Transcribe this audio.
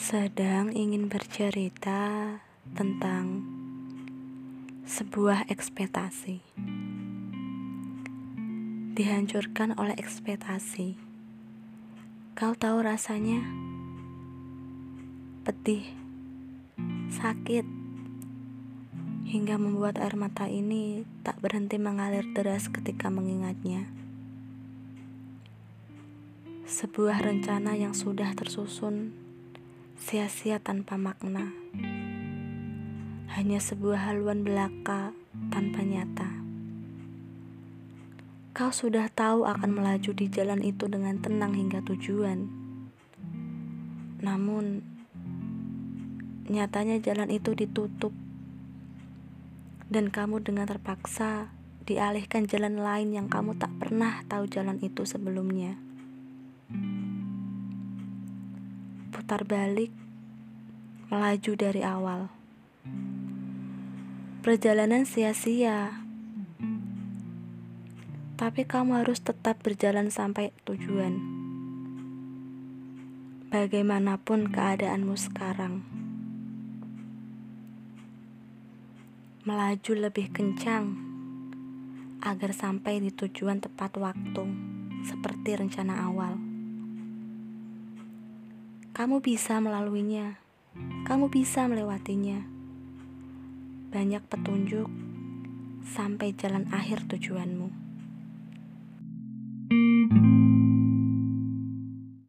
Sedang ingin bercerita tentang sebuah ekspektasi. Dihancurkan oleh ekspektasi. Kau tahu rasanya? Pedih, sakit, hingga membuat air mata ini tak berhenti mengalir deras ketika mengingatnya. Sebuah rencana yang sudah tersusun sia-sia tanpa makna. Hanya sebuah haluan belaka tanpa nyata. Kau sudah tahu akan melaju di jalan itu dengan tenang hingga tujuan. Namun, nyatanya jalan itu ditutup. Dan kamu dengan terpaksa dialihkan jalan lain yang kamu tak pernah tahu jalan itu sebelumnya. Putar balik, melaju dari awal. Perjalanan sia-sia. Tapi kamu harus tetap berjalan sampai tujuan. Bagaimanapun keadaanmu sekarang. Melaju lebih kencang agar sampai di tujuan tepat waktu, seperti rencana awal. Kamu bisa melaluinya. Kamu bisa melewatinya. Banyak petunjuk sampai jalan akhir tujuanmu.